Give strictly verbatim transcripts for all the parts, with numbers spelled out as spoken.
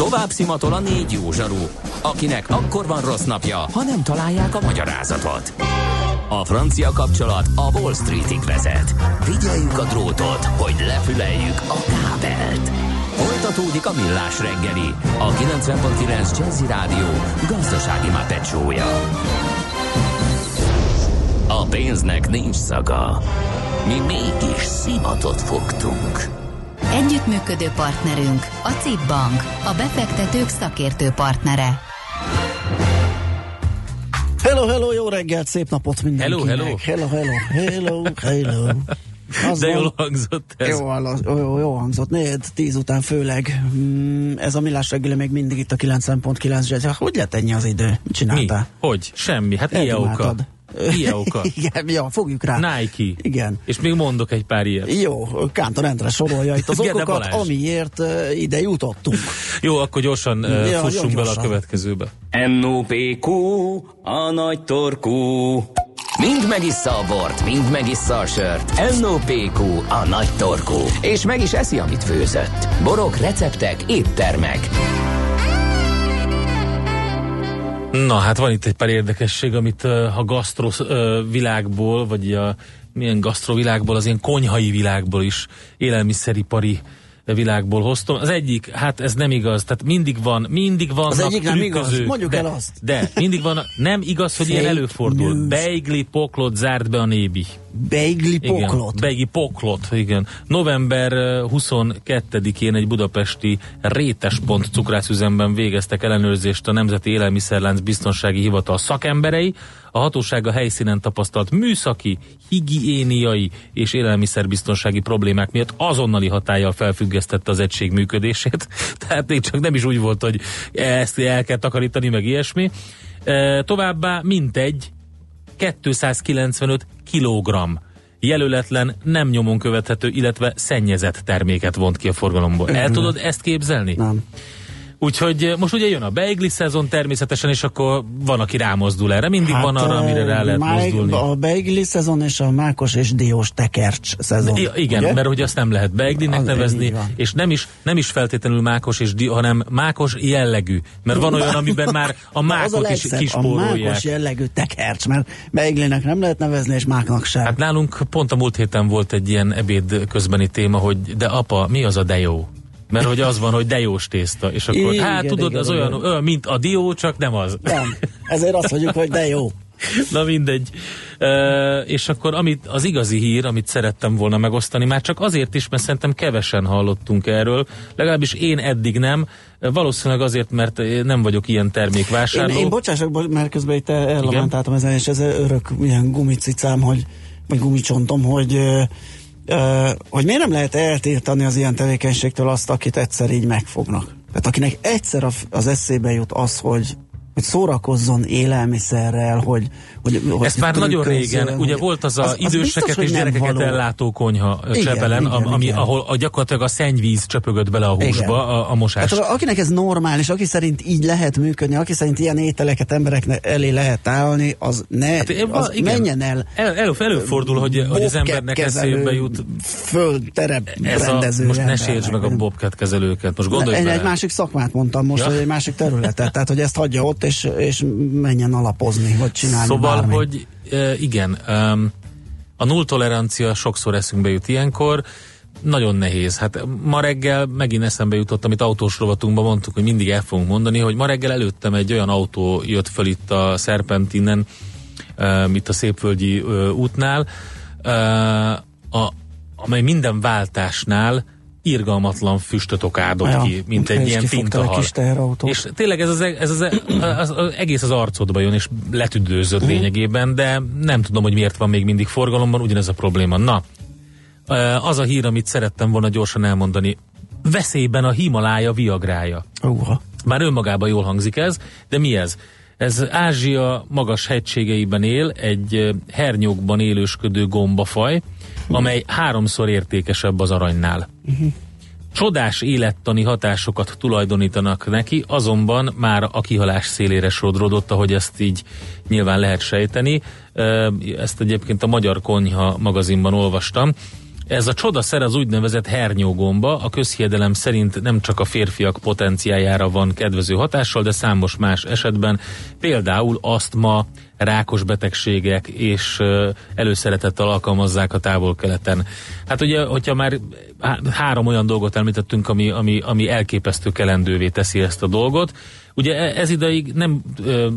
Tovább szimatol a négy jó zsaru, akinek akkor van rossz napja, ha nem találják a magyarázatot. A francia kapcsolat a Wall Streetig vezet. Figyeljük a drótot, hogy lefüleljük a kábelt. Folytatódik a Millás reggeli, a kilencven pont kilenc Jazzy Rádió gazdasági mápecsója. A pénznek nincs szaga. Mi mégis szimatot fogtunk. Együttműködő partnerünk a cé i bé Bank, a befektetők szakértő partnere. Hello, hello, jó reggelt, szép napot mindenkinek. Hello, hello. Hello, hello, hello, hello. Az De van, jól hangzott ez. Jó, jó, jó, jó hangzott, négy tíz után főleg. Ez a Millás reggeli még mindig itt a kilencven pont kilenc Jazzy. Hogy lett ennyi az idő? Mit csináltál? Mi? Hogy? Semmi, hát ilyen oka. Ilyen oka. Igen, ja, fogjuk rá. Nike. Igen. És még mondok egy pár ilyet. Jó, Kántor Endre sorolja itt az Igen, okokat, amiért uh, ide jutottunk. Jó, akkor gyorsan uh, ja, fussunk jó, bele gyorsan. a következőbe. em o pé kú, a nagy torkú. Mind megissza a bort, mind megissza a sört. em o pé kú, a nagy torkú. És meg is eszi, amit főzött. Borok, receptek, éttermek. Na, hát van itt egy pár érdekesség, amit uh, a gasztro uh, világból, vagy a milyen gasztro világból, az ilyen konyhai világból is, élelmiszeripari világból hoztam. Az egyik, hát ez nem igaz, tehát mindig van, mindig vannak Az egyik nem igaz, trükközők, mondjuk de, el azt. De, mindig van, nem igaz, hogy ilyen Fake előfordul. news. Beigli poklot zárt be a nébi. Beigli poklot? Igen, Beigli poklot, igen. november huszonkettedikén egy budapesti Rétes.pont cukrászüzemben végeztek ellenőrzést a Nemzeti Élelmiszerlánc Biztonsági Hivatal szakemberei. A hatóság a helyszínen tapasztalt műszaki, higiéniai és élelmiszerbiztonsági problémák miatt azonnali hatállyal felfüggesztette az egység működését. Tehát még csak nem is úgy volt, hogy ezt el kell takarítani, meg ilyesmi. E, továbbá mintegy kétszázkilencvenöt kilogramm jelöletlen, nem nyomon követhető, illetve szennyezett terméket vont ki a forgalomból. El tudod ezt képzelni? Nem. Úgyhogy most ugye jön a beigli szezon természetesen, és akkor van, aki rámozdul erre. Mindig hát, van arra, amire rá lehet máj, mozdulni. A beigli szezon és a mákos és diós tekercs szezon. I- igen, ugye? mert hogy azt nem lehet beiglinek Az nevezni, és nem is, nem is feltétlenül mákos és di, hanem mákos jellegű. Mert van olyan, amiben már a mákot a is A kispórolják. mákos jellegű tekercs, mert beiglinek nem lehet nevezni, és máknak sem. Hát nálunk pont a múlt héten volt egy ilyen ebéd közbeni téma, hogy de apa, mi az a dejó? Mert hogy az van, hogy dejós tészta, és akkor Igen, hát tudod, igen, az igen. olyan, olyan, mint a dió, csak nem az. Nem, ezért azt mondjuk, hogy de jó. Na mindegy. E, és akkor amit, az igazi hír, amit szerettem volna megosztani, már csak azért is, mert szerintem kevesen hallottunk erről, legalábbis én eddig nem, valószínűleg azért, mert nem vagyok ilyen termékvásárló. Én, én bocsássak, mert közben itt ellamentáltam ezen, és ez örök ilyen gumicicám, hogy, vagy gumicsontom, hogy Uh, hogy miért nem lehet eltiltani az ilyen tevékenységtől azt, akit egyszer így megfognak. Tehát akinek egyszer az eszébe jut az, hogy, hogy szórakozzon élelmiszerrel, hogy, hogy, hogy ezt már nagyon régen, hogy, ugye volt az a az, az időseket biztos, és gyerekeket való. ellátó konyha Igen, Csepelen, igen, ami, igen. ahol a, gyakorlatilag a szennyvíz csöpögött bele a húsba, a, a mosás. Hát akinek ez normális, aki szerint így lehet működni, aki szerint ilyen ételeket emberek elé lehet állni, az ne, hát, az igen, menjen el. el. el előfordul, hogy, hogy az embernek eszébe jut. Földterep Ez a, most ne sérts meg a bobcat kezelőket, most gondolj Én bele. egy másik szakmát mondtam most, Ja. vagy egy másik területet, tehát hogy ezt hagyja ott, és, és menjen alapozni, vagy csinálni Szóval, bármit. hogy e, igen, um, a nulltolerancia sokszor eszünkbe jut ilyenkor, nagyon nehéz. Hát ma reggel megint eszembe jutott, amit autós rovatunkban mondtuk, hogy mindig el fogunk mondani, hogy ma reggel előttem egy olyan autó jött föl itt a Szerpentinen, uh, itt a Szépvölgyi uh, útnál, uh, a, amely minden váltásnál irgalmatlan füstöt okádott ja, ki, mint egy ilyen tintahal. És tényleg ez az, ez az, az, az egész az arcodba jön, és letüdőzött mm. lényegében, de nem tudom, hogy miért van még mindig forgalomban, ugyanez a probléma. Na, az a hír, amit szerettem volna gyorsan elmondani. Veszélyben a Himalája viagrája. Uh-huh. Már önmagában jól hangzik ez, de mi ez? Ez Ázsia magas hegységeiben él, egy hernyókban élősködő gombafaj, amely háromszor értékesebb az aranynál. Uh-huh. Csodás élettani hatásokat tulajdonítanak neki, azonban már a kihalás szélére sodródott, ahogy ezt így nyilván lehet sejteni. Ezt egyébként a Magyar Konyha magazinban olvastam. Ez a csodaszer az úgynevezett hernyógomba, a közhiedelem szerint nem csak a férfiak potenciájára van kedvező hatással, de számos más esetben, például asztma, rákos betegségek és előszeretettel alkalmazzák a távol-keleten. Hát ugye, hogyha már három olyan dolgot említettünk, ami, ami, ami elképesztő kelendővé teszi ezt a dolgot. Ugye ez ideig nem ö,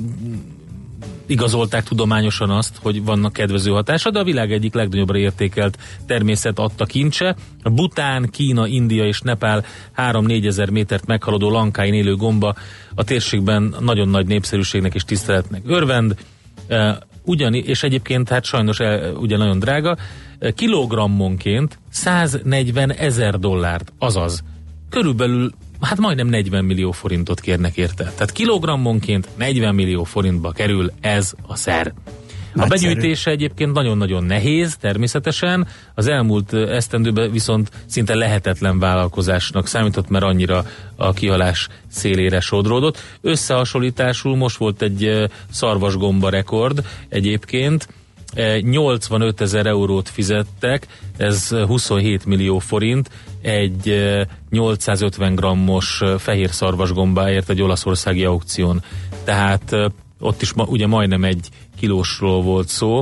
igazolták tudományosan azt, hogy vannak kedvező hatása, de a világ egyik legnagyobbra értékelt természet adta kincse. Bután, Kína, India és Nepál három-négyezer métert meghaladó lankáin élő gomba a térségben nagyon nagy népszerűségnek és tiszteletnek örvend. Uh, ugyani, és egyébként hát sajnos el, ugye nagyon drága, uh, kilogrammonként száznegyven ezer dollárt, azaz körülbelül hát majdnem negyven millió forintot kérnek érte. Tehát kilogrammonként negyven millió forintba kerül ez a szer. A begyűjtése egyébként nagyon-nagyon nehéz, természetesen. Az elmúlt esztendőben viszont szinte lehetetlen vállalkozásnak számított, mert annyira a kihalás szélére sodródott. Összehasonlításul most volt egy szarvasgomba rekord egyébként. nyolcvanöt ezer eurót fizettek, ez huszonhét millió forint, egy nyolcszázötven grammos fehér szarvasgombáért egy olaszországi aukción. Tehát ott is ma, ugye majdnem egy kilósról volt szó,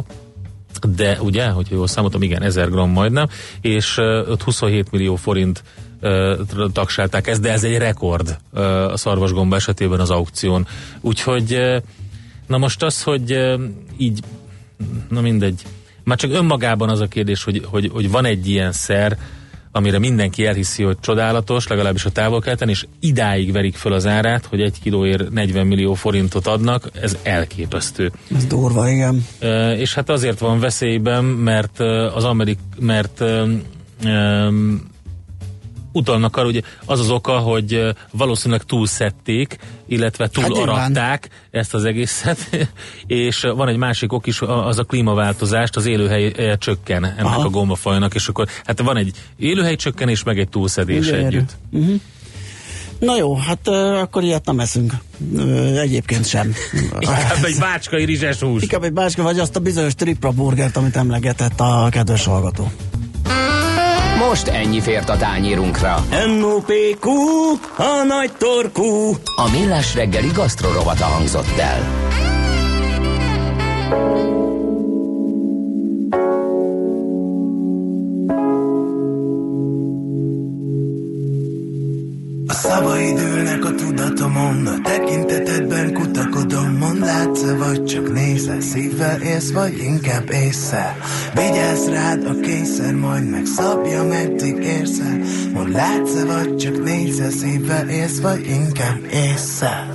de ugye, hogyha jól számoltam, igen, ezer gramm majdnem, és ott huszonhét millió forint uh, tagsálták ezt, de ez egy rekord uh, a szarvasgomba esetében az aukción. Úgyhogy uh, na most az, hogy uh, így, na mindegy, már csak önmagában az a kérdés, hogy, hogy, hogy van egy ilyen szer, amire mindenki elhiszi, hogy csodálatos, legalábbis a távol-keleten, és idáig verik föl az árát, hogy egy kilóért negyven millió forintot adnak, ez elképesztő. Ez durva, igen. E, és hát azért van veszélyben, mert az Amerik, mert um, um, utalnak arra, ugye az az oka, hogy valószínűleg túlszedték, illetve túlaratták hát ezt az egészet, és van egy másik ok is, az a klímaváltozást, az élőhely csökken ennek Aha. a gombafajnak, és akkor hát van egy élőhely csökkenés, meg egy túlszedés Ugye együtt. Uh-huh. Na jó, hát uh, akkor ilyet nem eszünk. Uh, egyébként sem. Inkább egy bácskai rizses hús. Inkább egy bácska, vagy azt a bizonyos tripla burgert, amit emlegetett a kedves hallgató. Most ennyi fért a tányérunkra. em o pé kú, a nagy torkú. A Millás reggeli gasztrorovata hangzott el. A szavaid ülnek a tudatomon, a tekintetedben kutakodom. Mondd, látsz-e, vagy csak nézel, szívvel élsz, vagy inkább ésszel. Vigyázz rád a kényszer, majd megszabja, meddig érsz el. Mondd, látsz-e, vagy csak nézel, szívvel élsz, vagy inkább ésszel.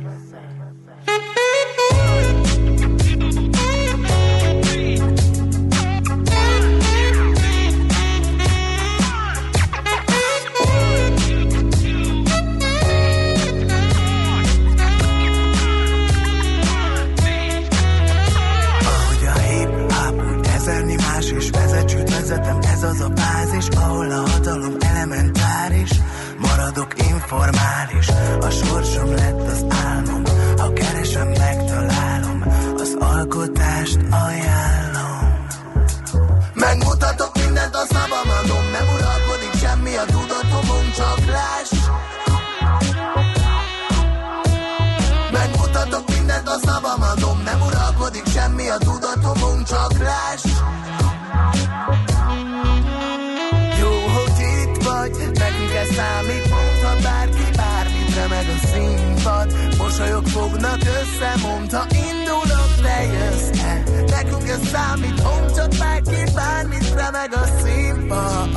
Formális, a sorsom lett az álmom. Ha keresem, megtalálom, az alkotást ajánlom. Megmutatok mindent, a szabam adom. Nem uralkodik semmi a tudatomon, csak láss. Megmutatok mindent, a szabam adom. Nem uralkodik semmi a tudatomon, csak láss. Jó, hogy itt vagy, nekünk ez számít. Mondhat bárki bármit, remeg a színpad. Mosolyok fognak össze, mondta indulok, te jössz el. Nekünk ez számít, mondhat bárki bármit, remeg a színpad.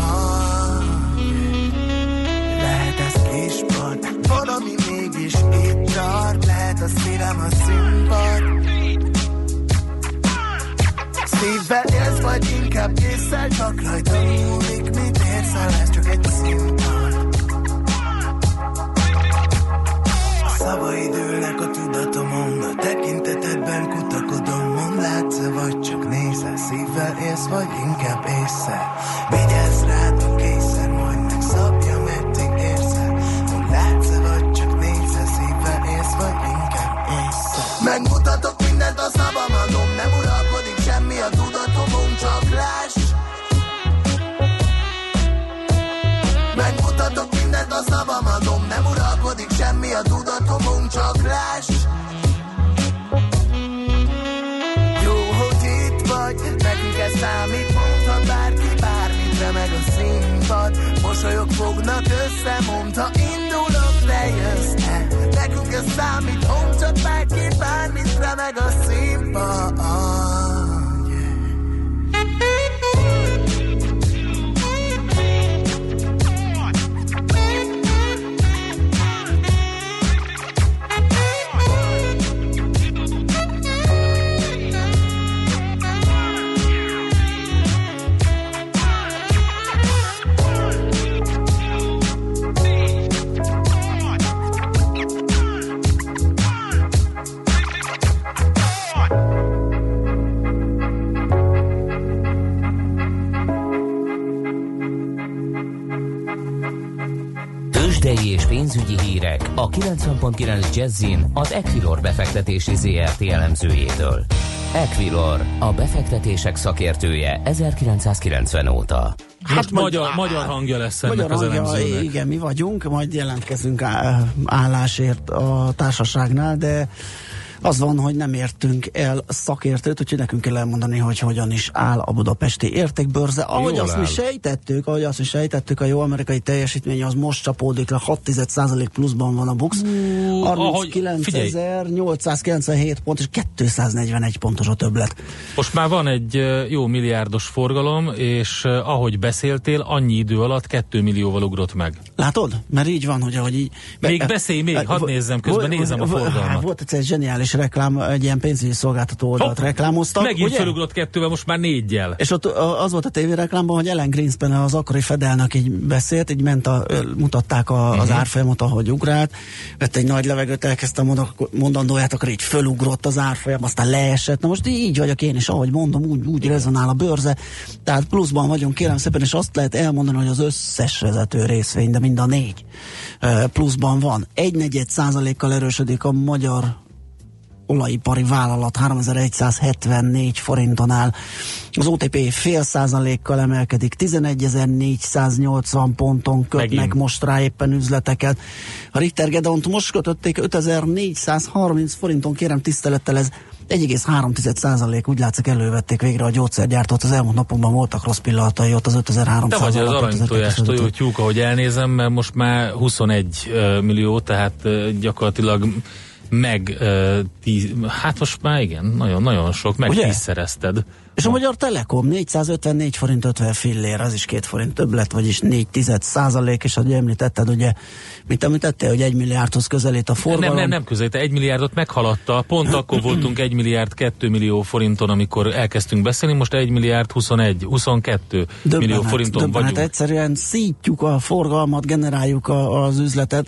Lehet ez kispad, valami mégis itt tart. Lehet a szívem a színpad. Szívvel élsz, vagy inkább észszel, csak rajta múlik, mit érszel, ez csak egy színpad. Szavaid ülnek a tudatomon, a tekintetedben kutakodom. Mondd, látsz-e, vagy csak nézel, szívvel élsz, vagy inkább ésszel. Vigyázz rád a kényszer, majd megszabja, meddig érsz el. Mondd, látsz-e, vagy csak nézel, szívvel élsz, vagy inkább ésszel. Megmutatok mindent, a szabam adom. Nem uralkodik semmi a tudatomon, csak láss. tudatomon csak láss. Jó, hogy itt vagy, nekünk ez számít, mondhat bárki bármit, remeg a színpad. Mosolyok fognak össze, mondta indulok, ne jössz-e. Nekünk ez számít, mondhat bárki bármit, remeg a színpad. És pénzügyi hírek a kilencven pont kilenc Jazzin az Equilor befektetési zé er té elemzőjétől. Equilor, a befektetések szakértője ezerkilencszázkilencven óta. Hát most magyar, hát, magyar hangja lesz ennek magyar az hangja, elemzőnek. Igen, mi vagyunk, majd jelentkezünk állásért a társaságnál, de az van, hogy nem értünk el szakértőt, úgyhogy nekünk kell elmondani, hogy hogyan is áll a budapesti értékbörze. Ahogy azt mi sejtettük, ahogy azt mi sejtettük, a jó amerikai teljesítmény az most csapódik le, hat százalék pluszban van a BUX. harminckilencezer-nyolcszázkilencvenhét pont és kétszáznegyvenegy pontos a többlet. Most már van egy jó milliárdos forgalom, és ahogy beszéltél, annyi idő alatt két millióval ugrott meg. Látod? Mert így van, hogy ahogy így... Még beszélj még, hadd nézzem, közben nézem a forgalmat. Volt egy zseniális reklám, egy ilyen pénzügyi szolgáltató oldalt Hopp, reklámoztak. Megint ugye? Felugrott kettővel, most már négyel. És ott az volt a tévéreklámban, hogy Ellen Greenspan, az akkori fedelnök így beszélt, így ment a, mutatták a, uh-huh. az árfolyamot, ahogy ugrált, vett egy nagy levegőt, elkezdte a mondandóját, akkor így fölugrott az árfolyam, aztán leesett. Na most így vagyok én is, ahogy mondom, úgy, úgy rezonál a bőrze. Tehát pluszban vagyunk, kérem szépen, és azt lehet elmondani, hogy az összes vezető részvény, de mind a négy pluszban van. Egy negyed százalékkal erősödik a magyar olajipari vállalat, háromezer-egyszázhetvennégy forinton áll. Az o té pé fél százalékkal emelkedik, tizenegyezer-négyszáznyolcvan ponton kötnek Megint. most rá éppen üzleteket. A Richter Gedeont most kötötték ötezer-négyszázharminc forinton, kérem tisztelettel, ez egy egész három százalék, úgy látszik elővették végre a gyógyszergyártót. Az elmúlt napokban voltak rossz pillanatai, ott az ötezer-háromszáz. Te vagy az aranytojás tojó tyúk, ahogy elnézem, mert most már huszonegy millió, tehát gyakorlatilag meg uh, tíz, hát most már igen, nagyon-nagyon sok, meg tízszerezted. És a Magyar Telekom négyszázötvennégy forint ötven fillér, az is két forint többlet, vagyis négy tized százalék, és ahogy említetted, ugye, mint említettél, hogy egy milliárdhoz közelít a forgalom. Nem, nem, nem közelít, egy milliárdot meghaladta, pont akkor voltunk egy milliárd kettő millió forinton, amikor elkezdtünk beszélni, most egy milliárd huszonegy, huszonkettő döbbenet, millió forinton döbbenet, vagyunk. Egyszerűen szítjuk a forgalmat, generáljuk a, az üzletet,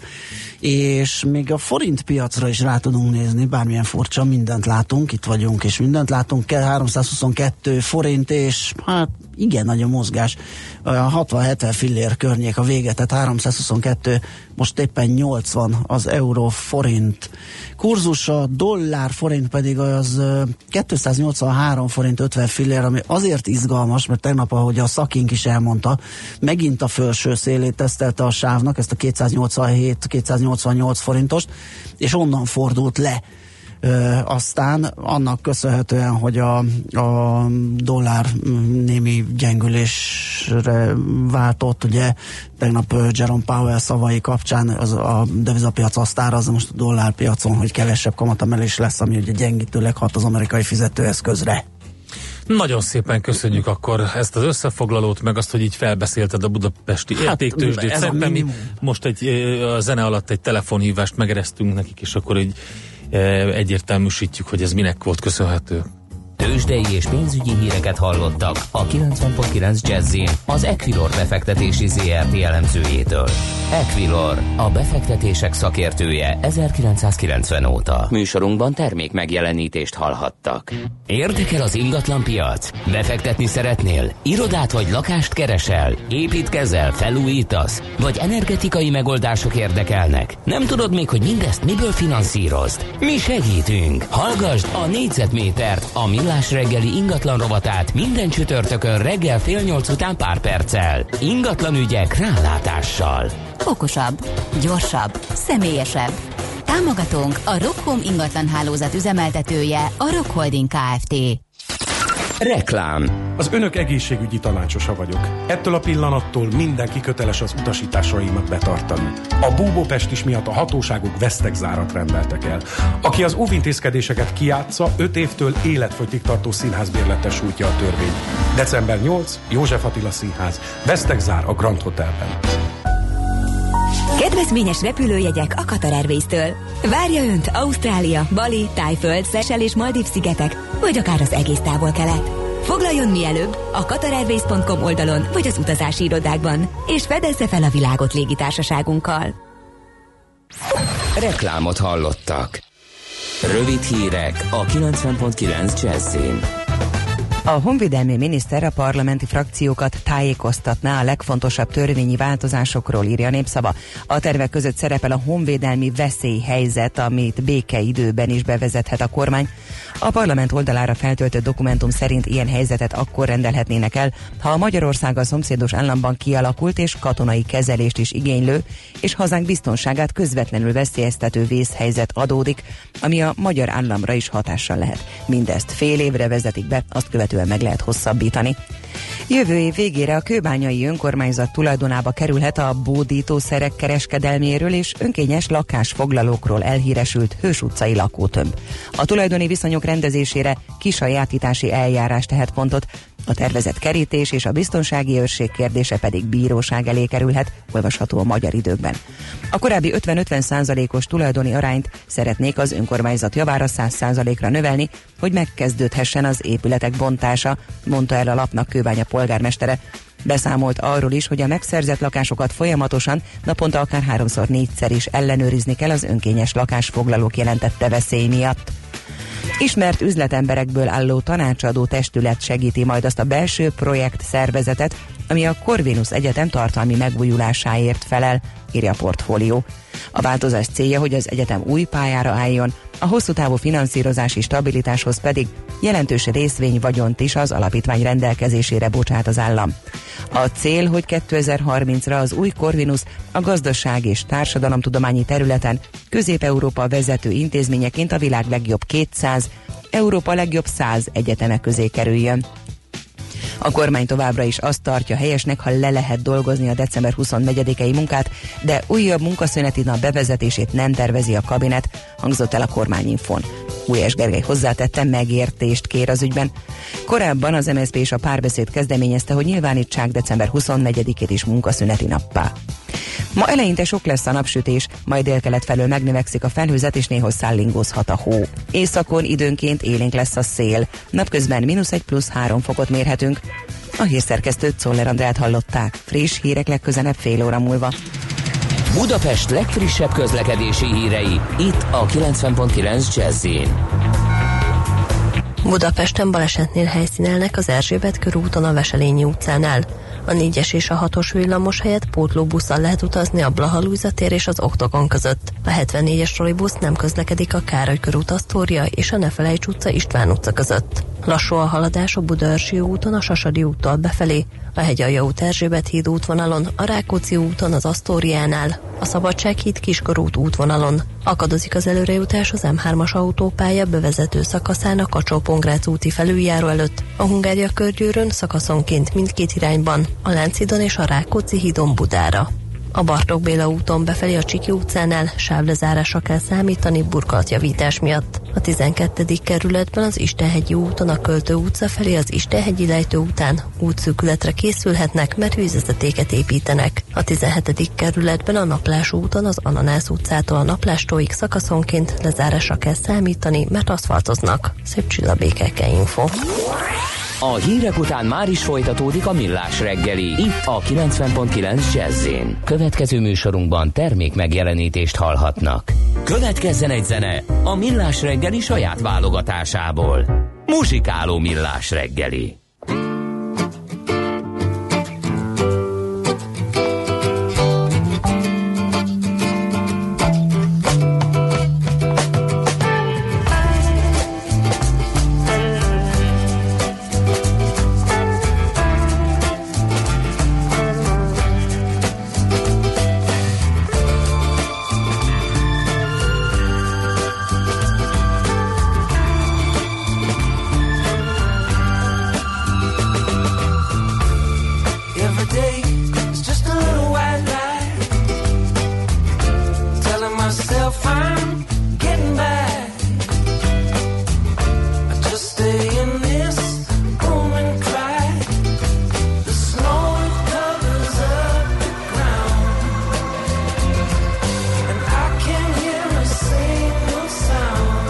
és még a forint piacra is rá tudunk nézni, bármilyen furcsa, mindent látunk, itt vagyunk, és mindent látunk, háromszázhuszonkettő forint, és hát igen, nagy a mozgás. A hatvan-hetven fillér környék a vége, tehát háromszázhuszonkettő, most éppen nyolcvan az euró forint kurzusa, dollár forint pedig az kétszáznyolcvanhárom forint ötven fillér, ami azért izgalmas, mert tegnap, ahogy a szakink is elmondta, megint a felső szélét tesztelte a sávnak, ezt a kétszáznyolcvanhét-kétszáznyolcvannyolc forintost, és onnan fordult le. Ö, aztán annak köszönhetően, hogy a, a dollár némi gyengülésre váltott, ugye tegnap Jerome Powell szavai kapcsán az a devizapiac azt árazza most a dollárpiacon, hogy kevesebb kamatemelés lesz, ami ugye gyengítőleg hat az amerikai fizetőeszközre. Nagyon szépen köszönjük akkor ezt az összefoglalót, meg azt, hogy így felbeszélted a budapesti hát, értéktőzsdét. Szerintem most egy, a zene alatt egy telefonhívást megeresztünk nekik, és akkor így egyértelműsítjük, hogy ez minek volt köszönhető. Tőzsdei és pénzügyi híreket hallottak a kilencven pont kilenc Jazzin az Equilor befektetési zé er té elemzőjétől. Equilor, a befektetések szakértője ezerkilencszázkilencven óta. Műsorunkban termék megjelenítést hallhattak. Érdekel az ingatlan piac? Befektetni szeretnél? Irodát vagy lakást keresel? Építkezel, felújítasz? Vagy energetikai megoldások érdekelnek? Nem tudod még, hogy mindezt miből finanszírozd? Mi segítünk! Hallgasd a négyzetmétert, a Millás reggeli ingatlan rovatát minden csütörtökön reggel fél nyolc után pár perccel. Ingatlan ügyek rálátással. Okosabb, gyorsabb, személyesebb. Támogatónk a Rockhome ingatlan hálózat üzemeltetője, a Rock Holding Kft. Reklám. Az önök egészségügyi tanácsosa vagyok. Ettől a pillanattól mindenki köteles az utasításaimat betartani. A búbópestis miatt a hatóságok vesztegzárat rendeltek el. Aki az óvintézkedéseket kiátsza, öt évtől életfogytig tartó színházbérlettel sújtja a törvény. december nyolcadika, József Attila Színház, vesztegzár a Grand Hotelben. Kedvezményes repülőjegyek a Qatar Airways-től. Várja Önt Ausztrália, Bali, Tájföld, Szesel és Maldív-szigetek, vagy akár az egész távol-kelet. Foglaljon mielőbb a qatar airways pont com oldalon, vagy az utazási irodákban, és fedezze fel a világot légitársaságunkkal. Reklámot hallottak. Rövid hírek a kilencven pont kilenc Jazzin. A honvédelmi miniszter a parlamenti frakciókat tájékoztatná a legfontosabb törvényi változásokról, írja a Népszava. A tervek között szerepel a honvédelmi veszélyhelyzet, amit békeidőben is bevezethet a kormány. A parlament oldalára feltöltött dokumentum szerint ilyen helyzetet akkor rendelhetnének el, ha a Magyarországgal szomszédos államban kialakult és katonai kezelést is igénylő, és hazánk biztonságát közvetlenül veszélyeztető vészhelyzet adódik, ami a magyar államra is hatással lehet. Mindezt fél évre vezetik be, azt követően meg lehet hosszabbítani. Jövő év végére a kőbányai önkormányzat tulajdonába kerülhet a bódítószerek kereskedelméről és önkényes lakásfoglalókról elhíresült Hős utcai lakótömb. A tulajdoni viszonyok rendezésére kisajátítási eljárás tehet pontot, a tervezett kerítés és a biztonsági őrség kérdése pedig bíróság elé kerülhet, olvasható a Magyar Időkben. A korábbi ötven-ötven százalékos tulajdoni arányt szeretnék az önkormányzat javára száz százalékra növelni, hogy megkezdődhessen az épületek bontása, mondta el a lapnak Kőbánya polgármestere. Beszámolt arról is, hogy a megszerzett lakásokat folyamatosan, naponta akár háromszor négyszer is ellenőrizni kell az önkényes lakásfoglalók jelentette veszély miatt. Ismert üzletemberekből álló tanácsadó testület segíti majd azt a belső projekt szervezetet, ami a Corvinus Egyetem tartalmi megújulásáért felel, írja a Portfólió. A változás célja, hogy az egyetem új pályára álljon, a hosszú távú finanszírozási stabilitáshoz pedig jelentős részvényvagyont is az alapítvány rendelkezésére bocsát az állam. A cél, hogy kétezer-harmincra az új Corvinus a gazdaság és társadalomtudományi területen Közép-Európa vezető intézményeként a világ legjobb kétszáz, Európa legjobb száz egyeteme közé kerüljön. A kormány továbbra is azt tartja helyesnek, ha le lehet dolgozni a december huszonnegyedikei munkát, de újabb munkaszüneti nap bevezetését nem tervezi a kabinet, hangzott el a kormányinfón. Gulyás Gergely hozzátette, megértést kér az ügyben. Korábban az em es zé pé és a Párbeszéd kezdeményezte, hogy nyilvánítsák december huszonnegyedikét is munkaszüneti nappá. Ma eleinte sok lesz a napsütés, majd délkelet felől megnövekszik a felhőzet és néhol szállingózhat a hó. Északon időnként élénk lesz a szél, napközben mínusz egy plusz három fokot mérhetünk. A hírszerkesztőt, Czoller Andrát hallották. Friss hírek legközelebb fél óra múlva. Budapest legfrissebb közlekedési hírei, itt a kilencven pont kilenc Jazz-in. Budapesten balesetnél helyszínelnek az Erzsébet körúton a Veselényi utcánál. A négyes és a hatos villamos helyett pótlóbusszal lehet utazni a Blaha Lujza tér és az Oktogon között. A hetvennégyes trollibusz nem közlekedik a Károly körút Asztória és a Nefelejts utca István utca között. Lassú a haladás a Budaörsi úton a Sasadi úttól befelé, a Hegyalja út Erzsébet híd útvonalon, a Rákóczi úton az Asztóriánál, a Szabadsághíd Kiskorút útvonalon. Akadozik az előrejutás az em hármas autópálya bevezető szakaszán a Kacsó-Pongrác úti felüljáró előtt, a Hungária körgyűrűn szakaszonként mindkét irányban, a Lánchídon és a Rákóczi hídon Budára. A Bartók Béla úton befelé a Csiki utcánál sávlezárásra kell számítani burkolatjavítás miatt. A tizenkettedik kerületben az Istenhegyi úton a Költő utca felé az Istenhegyi lejtő után útszűkületre készülhetnek, mert vízvezetéket építenek. A tizenhetedik kerületben a Naplás úton az Ananász utcától a Naplástól szakaszonként lezárásra kell számítani, mert aszfaltoznak. Szép Csillabékeke info. A hírek után már is folytatódik a Millás reggeli, itt a kilencven pont kilenc Jazz-in. Következő műsorunkban termék megjelenítést hallhatnak. Következzen egy zene a Millás reggeli saját válogatásából. Muzsikáló Millás reggeli. myself I'm getting back. I just stay in this room and cry. The snow covers up the ground, and I can't hear a single sound.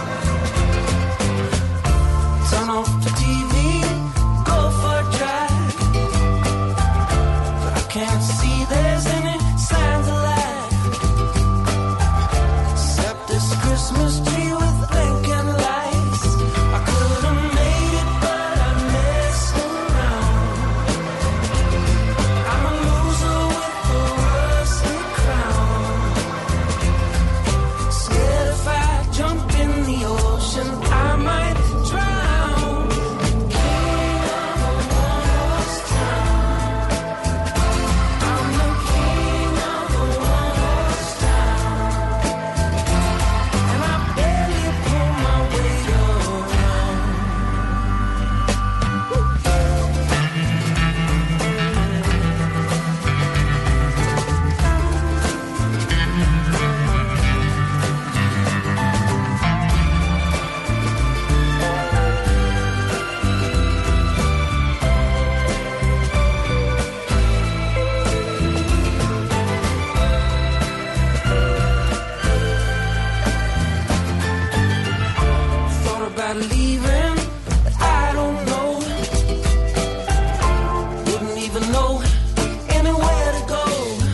Turn off the T V, go for a drive, but I can't see there's any signs of life, except this Christmas tree with blinking lights. I could have made it, but I messed around. I'm a loser with a rusty crown. Scared if I jump in the ocean, I might drown. King of a one-horse town. I'm the king of a one-horse town, and I barely pull my weight around. Thought about leaving, but I don't know. Wouldn't even know anywhere to go.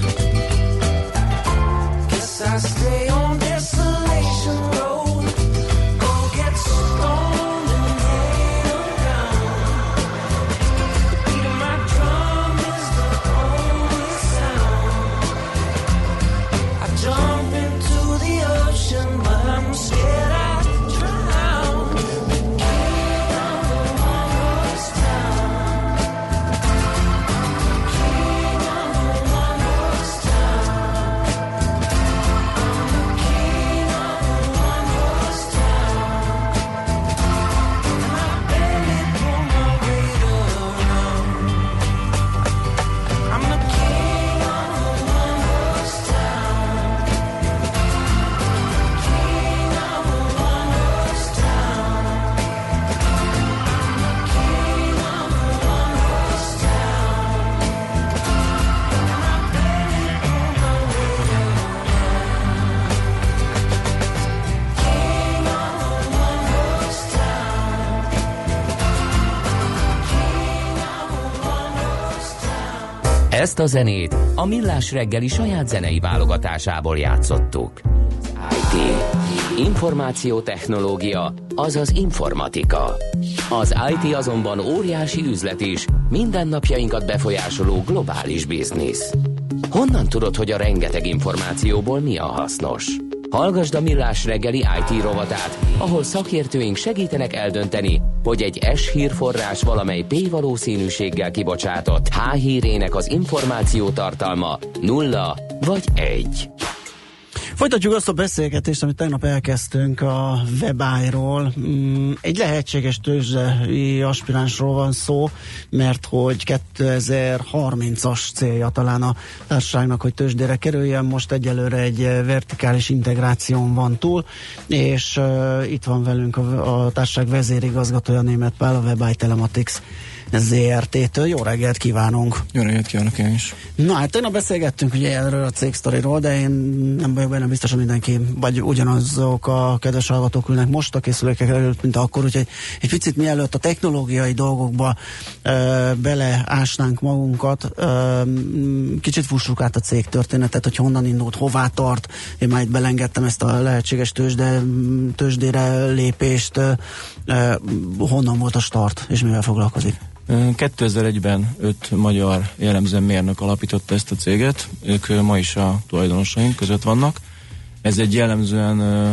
Guess I stay on Desolation Road. Go get stoned and hang around. The beat of my drum is the only sound. I jump into the ocean, but I'm scared I drown. King of a one-horse town. King of a one-horse town. I'm the king of a one-horse town, and I barely pull my weight around. I'm the king of a one-horse town. King of a one-horse town. I'm the king of a one-horse town, and I barely pull my weight around. King of a one-horse town. King of a one-horse town. Ezt a zenét a Millás reggeli saját zenei válogatásából játszottuk. i té. Információtechnológia, azaz informatika. Az i té azonban óriási üzlet is, mindennapjainkat befolyásoló globális biznisz. Honnan tudod, hogy a rengeteg információból mi a hasznos? Hallgasd a Millás reggeli i té rovatát, ahol szakértőink segítenek eldönteni, hogy egy S hírforrás valamely P valószínűséggel kibocsátott H hírének az információ tartalma nulla vagy egy. Folytatjuk azt a beszélgetést, amit tegnap elkezdtünk a WebEye-ról. Egy lehetséges tőzsdei aspiránsról van szó, mert hogy kétezer-harmincas célja talán a társaságnak, hogy tőzsdére kerüljen. Most egyelőre egy vertikális integráción van túl, és uh, itt van velünk a, a társaság vezérigazgatója, Németh Pál, a WebEye Telematics zé er té-től. Jó reggelt kívánunk! Jó reggelt kívánok én is! Na hát tegnap beszélgettünk ugye erről a cégsztoriról, de én nem vagyok benne biztos, hogy mindenki, vagy ugyanazok a kedves hallgatók ülnek most a készülékek előtt, mint akkor, úgyhogy egy picit mielőtt a technológiai dolgokba ö, beleásnánk magunkat, ö, kicsit fussuk át a cég történetet, hogy honnan indult, hová tart. Én már itt belengedtem ezt a lehetséges tőzsde, tőzsdére lépést, ö, ö, honnan volt a start, és mivel foglalkozik? kétezer-egyben öt magyar jellemzően mérnök alapította ezt a céget, ők ma is a tulajdonosaink között vannak. Ez egy jellemzően ö,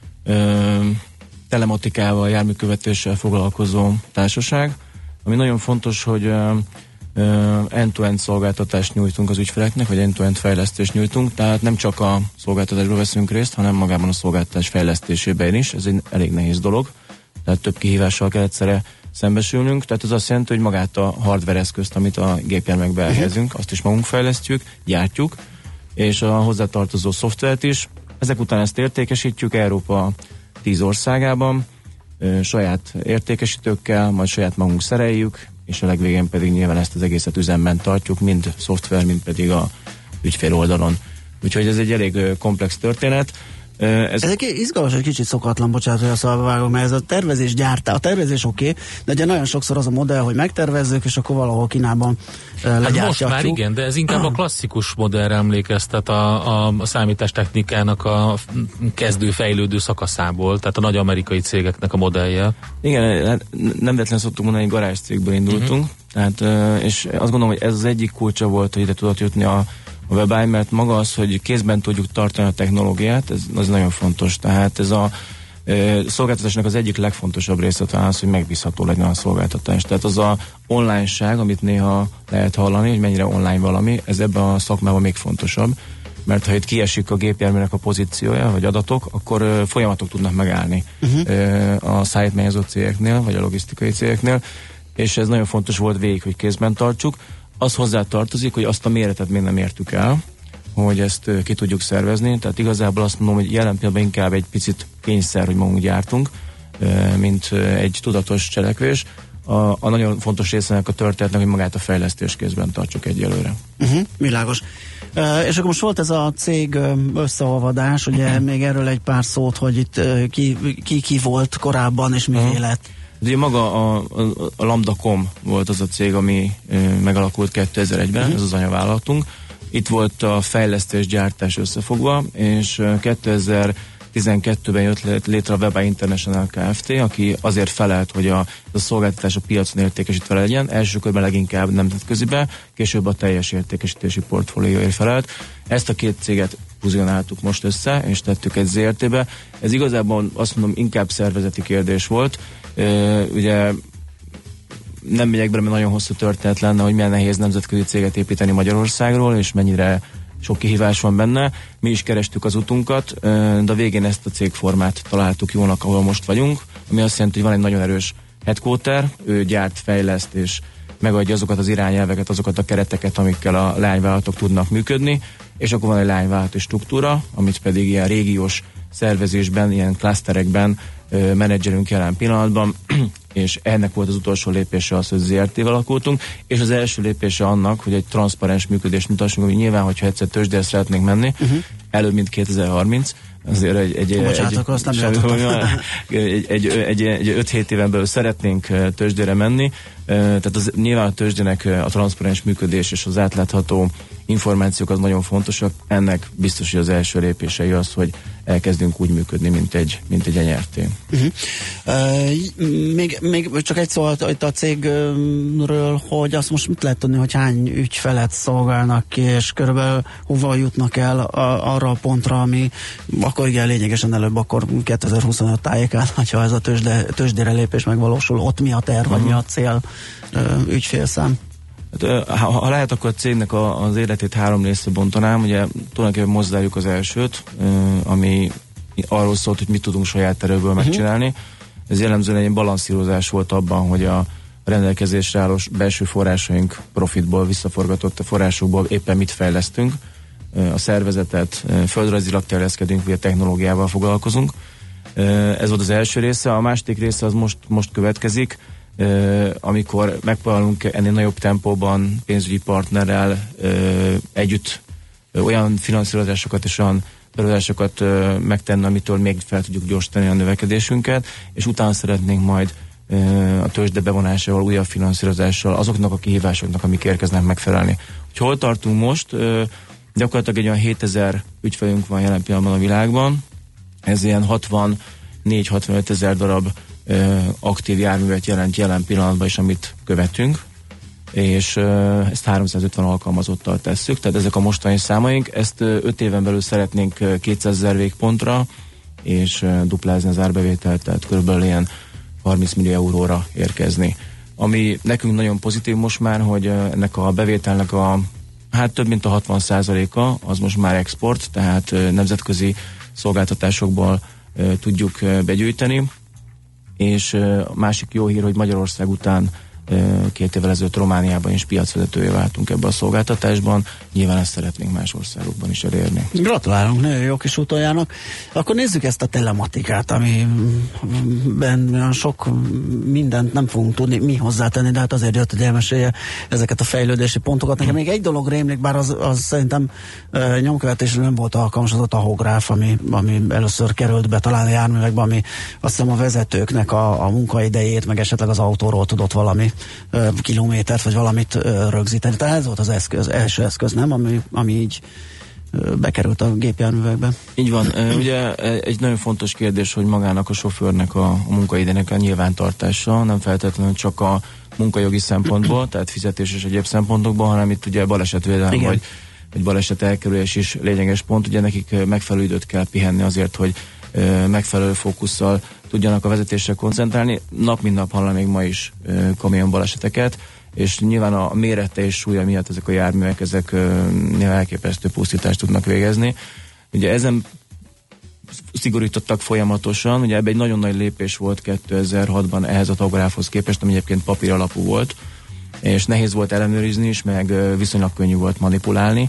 ö, telematikával, járműkövetéssel foglalkozó társaság, ami nagyon fontos, hogy ö, ö, end-to-end szolgáltatást nyújtunk az ügyfeleknek, vagy end-to-end fejlesztést nyújtunk, tehát nem csak a szolgáltatásban veszünk részt, hanem magában a szolgáltatás fejlesztésében is. Ez egy elég nehéz dolog, tehát több kihívással kell egyszerre szembesülnünk, tehát ez azt jelenti, hogy magát a hardware eszközt, amit a gépjárművekbe elhelyezünk, azt is magunk fejlesztjük, gyártjuk, és a hozzátartozó szoftvert is, Ezek után ezt értékesítjük Európa tíz országában, ö, saját értékesítőkkel, majd saját magunk szereljük, és a legvégén pedig nyilván ezt az egészet üzemben tartjuk, mind szoftver, mind pedig a ügyfél oldalon. Úgyhogy ez egy elég ö, komplex történet. Ez, ez egy izgalmas, egy kicsit szokatlan, bocsánat, hogy a szalba vágom, mert ez a tervezés gyártá, a tervezés oké, okay, de ugye nagyon sokszor az a modell, hogy megtervezzük, és akkor valahol Kínában uh, hát most már igen, de ez inkább a klasszikus modellre emlékeztet a, a, a számítástechnikának a kezdő fejlődő szakaszából, tehát a nagy amerikai cégeknek a modellje. Igen, hát nem véletlenül szoktuk mondani, hogy garázs cégből indultunk, uh-huh. tehát, és azt gondolom, hogy ez az egyik kulcsa volt, hogy ide tudott jutni a a WebEye, mert maga az, hogy kézben tudjuk tartani a technológiát, ez az nagyon fontos. Tehát ez a e, szolgáltatásnak az egyik legfontosabb része talán az, hogy megbízható legyen a szolgáltatás. Tehát az a online-ság, amit néha lehet hallani, hogy mennyire online valami, ez ebben a szakmában még fontosabb, mert ha itt kiesik a gépjárműnek a pozíciója, vagy adatok, akkor e, folyamatok tudnak megállni uh-huh. e, a szállítmányozó cégeknél, vagy a logisztikai cégeknél, és ez nagyon fontos volt végig, hogy kézben tartsuk. Az hozzá tartozik, hogy azt a méretet még nem értük el, hogy ezt ki tudjuk szervezni, tehát igazából azt mondom, hogy jelen pillanatban inkább egy picit kényszer, hogy magunk gyártunk, mint egy tudatos cselekvés. A, a nagyon fontos részének a történetnek, hogy magát a fejlesztés kézben tartsuk egyelőre. Uh-huh, világos. Uh, és akkor most volt ez a cég összeolvadás, ugye uh-huh. még erről egy pár szót, hogy itt uh, ki, ki, ki volt korábban, és mi uh-huh. lett. Ugye maga a, a, a Lambda pont com volt az a cég, ami e, megalakult kétezer-egyben, uh-huh. ez az anyavállalatunk. Itt volt a fejlesztés, gyártás összefogva, és kétezer-tizenkettőben jött létre a WebEye International Kft., aki azért felelt, hogy a, a szolgáltatás a piacon értékesítve legyen, első körben leginkább nemzetközibe, később a teljes értékesítési portfólióért felelt. Ezt a két céget fuzionáltuk most össze, és tettük egy zé er té-be. Ez igazából azt mondom, inkább szervezeti kérdés volt. Uh, ugye nem megyek bele, mert nagyon hosszú történet lenne, hogy milyen nehéz nemzetközi céget építeni Magyarországról, és mennyire sok kihívás van benne. Mi is kerestük az utunkat, uh, de a végén ezt a cégformát találtuk jónak, ahol most vagyunk, ami azt jelenti, hogy van egy nagyon erős headquarter, ő gyárt, fejleszt, és megadja azokat az irányelveket, azokat a kereteket, amikkel a leányvállalatok tudnak működni, és akkor van egy leányvállalati struktúra, amit pedig ilyen régiós szervezésben, ilyen klaszterekben menedzserünk jelen pillanatban, és ennek volt az utolsó lépése az, hogy zé er té-vel alakultunk, és az első lépése annak, hogy egy transzparens működést mutassunk, hogy nyilván, hogyha egyszer tőzsdére szeretnénk menni, uh-huh. előbb, mint kétezer-harminc, azért egy, egy, Bocsánat, egy, azt nem egy, egy, egy, egy öt-hét éven belül szeretnénk tőzsdére menni, tehát az, nyilván a tőzsdének a transzparens működés és az átlátható információk az nagyon fontosak. Ennek biztos, hogy az első lépései az, hogy elkezdünk úgy működni, mint egy, mint egy en er té. Uh-huh. Uh, még, még csak egy szó itt a cégről, hogy azt most mit lehet tudni, hogy hány ügyfelet szolgálnak ki, és körülbelül hova jutnak el a, arra a pontra, ami akkor igen lényegesen előbb, akkor kétezer-huszonöt tájékán, ha ez a tőzsde, tőzsdére lépés megvalósul, ott mi a terv, uh-huh. vagy mi a cél, uh, ügyfélszám? Ha, ha lehet, akkor a cégnek a, az életét három részre bontanám. Ugye tulajdonképpen mozdáljuk az elsőt, ami arról szólt, hogy mit tudunk saját erőből uh-huh. megcsinálni. Ez jellemzően egy balanszírozás volt abban, hogy a rendelkezésre álló belső forrásaink profitból, visszaforgatott forrásokból éppen mit fejlesztünk. A szervezetet földrajzilag terjeszkedünk, vagy a technológiával foglalkozunk. Ez volt az első része. A második része az most, most következik, Uh, amikor megpróbálunk ennél nagyobb tempóban pénzügyi partnerrel uh, együtt uh, olyan finanszírozásokat és olyan beruházásokat uh, megtenni, amitől még fel tudjuk gyorsítani a növekedésünket, és utána szeretnénk majd uh, a tőzsde bevonásával, újabb finanszírozással azoknak a kihívásoknak, amik érkeznek, megfelelni. Hogy hol tartunk most? Uh, gyakorlatilag egy olyan hétezer ügyfelünk van jelen pillanatban a világban, ez ilyen hatvannégy-hatvanöt ezer darab aktív járművet jelent jelen pillanatban is, amit követünk, és uh, ezt háromszázötven alkalmazottal tesszük, tehát ezek a mostani számaink, ezt uh, öt éven belül szeretnénk kétszázezer végpontra, és uh, duplázni az árbevételt, tehát körülbelül ilyen harminc millió euróra érkezni. Ami nekünk nagyon pozitív most már, hogy uh, ennek a bevételnek a hát több mint a hatvan százaléka az most már export, tehát uh, nemzetközi szolgáltatásokból uh, tudjuk uh, begyűjteni, és a másik jó hír, hogy Magyarország után két évvel ezelőtt Romániában is piacvezetője váltunk ebbe a szolgáltatásban. Nyilván ezt szeretnénk más országokban is elérni. Gratulálunk, nagyon jó kis utoljának. Akkor nézzük ezt a telematikát, amiben sok mindent nem fogunk tudni mi hozzátenni, de hát azért jött, hogy elmesélje ezeket a fejlődési pontokat. Nekem még egy dolog rémlik, bár az, az szerintem uh, nyomkövetésre nem volt alkalmas, az a tahográf, ami, ami először került be talán a járművekbe, ami azt hiszem a vezetőknek a, a munkaidejét, meg esetleg az autóról tudott valami uh, kilométert, vagy valamit uh, rögzíteni. Tehát ez volt az eszköz, első eszköz, nem? Ami, ami így uh, bekerült a gépjárművekbe. Így van. Uh, ugye egy nagyon fontos kérdés, hogy magának a sofőrnek a, a munkaidejének a nyilvántartása, nem feltétlenül csak a munkajogi szempontból, tehát fizetés és egyéb szempontokból, hanem itt ugye balesetvédelem, vagy egy baleset elkerülés is lényeges pont. Ugye nekik megfelelő időt kell pihenni azért, hogy uh, megfelelő fókusszal tudjanak a vezetésre koncentrálni. Nap mint nap hallani még ma is uh, kamion baleseteket, és nyilván a mérete és súlya miatt ezek a járművek, ezek uh, elképesztő pusztítást tudnak végezni. Ugye ezen szigorítottak folyamatosan, ugye ebben egy nagyon nagy lépés volt kétezer-hatban ehhez a tahográfhoz képest, ami egyébként papír alapú volt, és nehéz volt ellenőrizni is, meg uh, viszonylag könnyű volt manipulálni.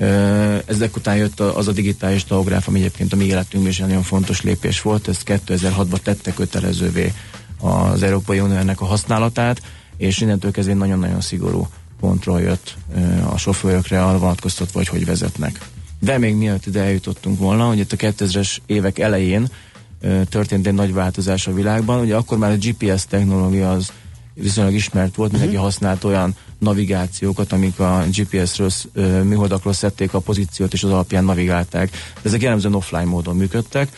Uh, ezek után jött az a digitális tahográf, ami egyébként a mi életünkben is egy nagyon fontos lépés volt. Ezt kétezer-hatban tette kötelezővé az Európai Unió ennek a használatát, és innentől kezdve nagyon-nagyon szigorú kontroll jött uh, a sofőrökre, arra vonatkoztatva, hogy hogy vezetnek. De még mielőtt ide eljutottunk volna, hogy itt a kétezres évek elején uh, történt egy nagy változás a világban. Ugye akkor már a gé pé es technológia az viszonylag ismert volt, mindenki uh-huh. használt olyan navigációkat, amik a gé pé es-ről, uh, műholdakról szedték a pozíciót, és az alapján navigálták. De ezek jellemzően offline módon működtek,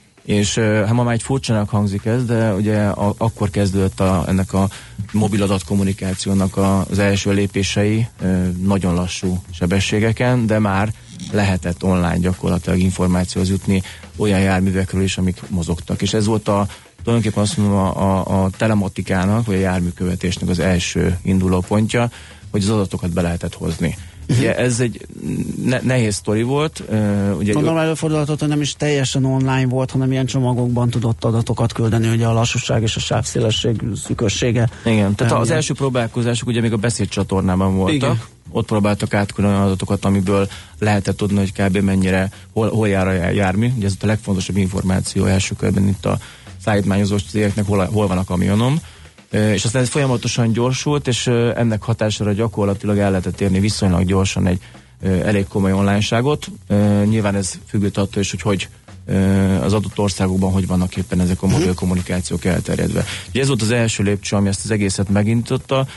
és uh, hát ma már egy furcsának hangzik ez, de ugye a, akkor kezdődött a, ennek a mobil adatkommunikációnak a, az első lépései uh, nagyon lassú sebességeken, de már lehetett online gyakorlatilag információhoz jutni olyan járművekről is, amik mozogtak. És ez volt a tulajdonképpen azt mondom a, a, a telematikának, vagy a járműkövetésnek az első induló pontja, hogy az adatokat be lehetett hozni. Uh-huh. Ugye ez egy ne, nehéz sztori volt. Uh, ugye Mondom, előfordulhatott, hogy nem is teljesen online volt, hanem ilyen csomagokban tudott adatokat küldeni, ugye a lassúság és a sávszélesség szűkössége. Igen, tehát az első próbálkozások ugye még a beszédcsatornában voltak. Igen. Ott próbáltak átküldeni adatokat, amiből lehetett tudni, hogy kb. Mennyire, hol, hol jár a jármű. Ugye ez a legfontosabb információ első körben itt a szállítmányozós cégeknek, hol, hol van a kamionom. És aztán ez folyamatosan gyorsult, és ennek hatására gyakorlatilag el lehetett érni viszonylag gyorsan egy elég komoly onlineságot. Nyilván ez függött attól is, hogy hogy az adott országokban hogy vannak éppen ezek a mobil kommunikációk elterjedve. Ugye ez volt az első lépcső, ami ezt az egészet megindította,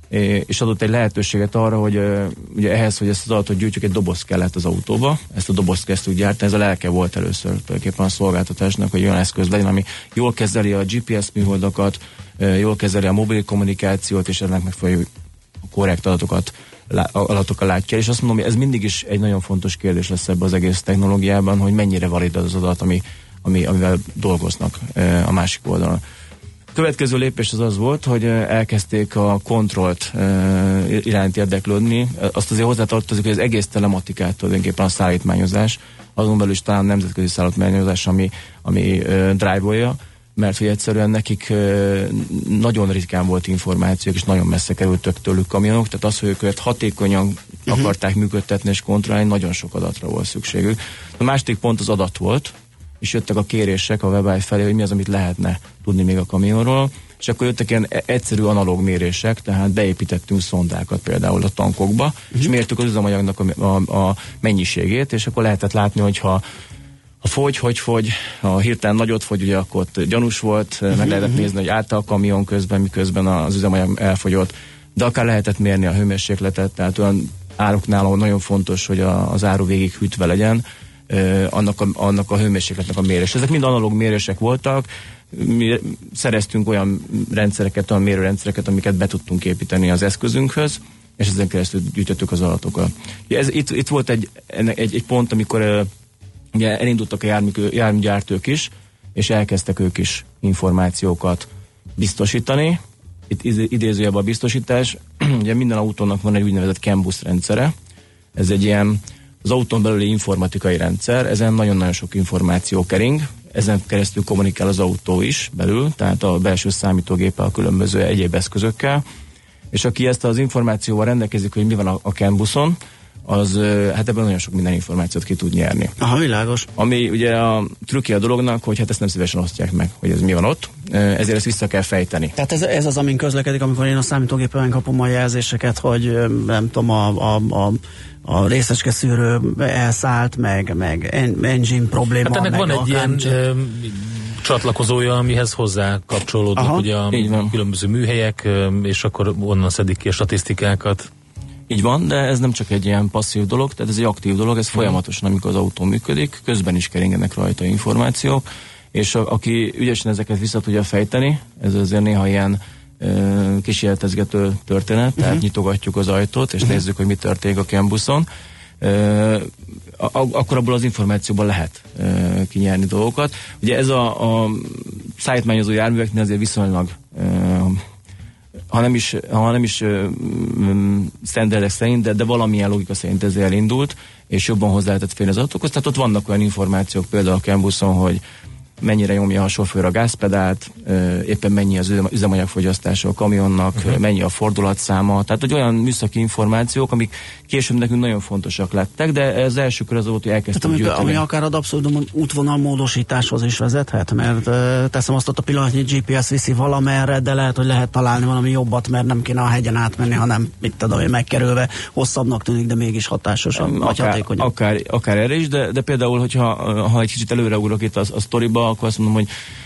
és adott egy lehetőséget arra, hogy ugye ehhez, hogy ezt az adatot gyűjtjük, egy doboz kellett az autóba, ezt a dobozt kezdtük gyártani, ez a lelke volt először tulajdonképpen a szolgáltatásnak, hogy olyan eszköz legyen, ami jól kezeli a gé pé es műholdakat, jól kezeli a mobil kommunikációt, és ennek megfelelő korrekt adatokat, adatokkal látja. És azt mondom, hogy ez mindig is egy nagyon fontos kérdés lesz ebben az egész technológiában, hogy mennyire valid az adat, ami, ami, amivel dolgoznak a másik oldalon. Következő lépés az az volt, hogy elkezdték a kontrollt uh, iránt érdeklődni. Azt azért hozzátartozik, hogy az egész telematikát tulajdonképpen a szállítmányozás, azon belül is talán a nemzetközi szállítmányozás, ami, ami uh, drive-olja, mert hogy egyszerűen nekik uh, nagyon ritkán volt információk, és nagyon messze kerültek tőlük kamionok, tehát az, hogy őket hatékonyan uh-huh. akarták működtetni és kontrollálni, nagyon sok adatra volt szükségük. A második pont az adat volt, és jöttek a kérések a webáj felé, hogy mi az, amit lehetne tudni még a kamionról, és akkor jöttek ilyen egyszerű analóg mérések, tehát beépítettünk szondákat például a tankokba, uh-huh. és mértük az üzemanyagnak a, a, a mennyiségét, és akkor lehetett látni, hogy ha, ha fogy, hogy fogy, ha hirtelen nagyot fogy, ugye akkor ott gyanús volt, uh-huh. meg lehetett nézni, hogy állt a kamion közben, miközben az üzemanyag elfogyott, de akár lehetett mérni a hőmérsékletet, tehát olyan áruknál, ahol nagyon fontos, hogy a, az áru végig hűtve legyen, Uh, annak, a, annak a hőmérsékletnek a mérés. Ezek mind analóg mérések voltak, mi szereztünk olyan rendszereket, olyan mérőrendszereket, amiket be tudtunk építeni az eszközünkhöz, és ezen keresztül gyűjtöttük az adatokat. Ez, itt, itt volt egy, egy, egy pont, amikor uh, ugye elindultak a jármű, járműgyártók is, és elkezdtek ők is információkat biztosítani. Itt idézőjelben a biztosítás. Ugye minden autónak van egy úgynevezett CAN bus rendszere. Ez egy ilyen az autón belüli informatikai rendszer, ezen nagyon-nagyon sok információ kering, ezen keresztül kommunikál az autó is belül, tehát a belső számítógéppel, a különböző egyéb eszközökkel, és aki ezt az információval rendelkezik, hogy mi van a, a Cambuson, az hát ebben nagyon sok minden információt ki tud nyerni. Aha, világos. Ami ugye a trükkje a dolognak, hogy hát ezt nem szívesen osztják meg, hogy ez mi van ott, ezért ezt vissza kell fejteni. Tehát ez, ez az, amin közlekedik, amikor én a számítógépen kapom a jelzéseket, hogy nem tudom, a, a, a, a részecske szűrő elszállt, meg, meg engine probléma. Hát ennek meg van egy ilyen ö, csatlakozója, amihez hozzá kapcsolódnak Aha, ugye a különböző műhelyek, és akkor onnan szedik ki a statisztikákat. Így van, de ez nem csak egy ilyen passzív dolog, tehát ez egy aktív dolog, ez folyamatosan, amikor az autó működik, közben is keringenek rajta információk, és a, aki ügyesen ezeket vissza tudja fejteni, ez azért néha ilyen ö, kísérletezgető történet, uh-huh. tehát nyitogatjuk az ajtót, és uh-huh. nézzük, hogy mi történik a Cambuson, ö, a, akkor abból az információban lehet ö, kinyerni dolgokat. Ugye ez a, a szállítmányozó járműveknél azért viszonylag ö, ha nem is, ha nem is um, standardek szerint, de, de valamilyen logika szerint ez elindult, és jobban hozzá lehetett férni az autókhoz. Tehát ott vannak olyan információk például a Cambuson, hogy mennyire nyomja a sofőr a gázpedált, éppen mennyi az üzemanyagfogyasztása a kamionnak, uh-huh. mennyi a fordulatszáma, tehát hogy olyan műszaki információk, amik később nekünk nagyon fontosak lettek, de ez első kör az volt, hogy elkezdtük gyűjteni. Ami akár ad abszolút útvonalmódosításhoz is vezethet, mert uh, teszem azt, ott a pillanatnyi gé pé es viszi valamerre, de lehet, hogy lehet találni valami jobbat, mert nem kéne a hegyen átmenni, hanem mit tudom én, megkerülve hosszabbnak tűnik, de mégis hatásosabb, vagy hatékonyabb. Akár, akár erre is, de, de például, hogyha ha egy kicsit előreugrok itt a, a sztoriba, akkor azt mondom, hogy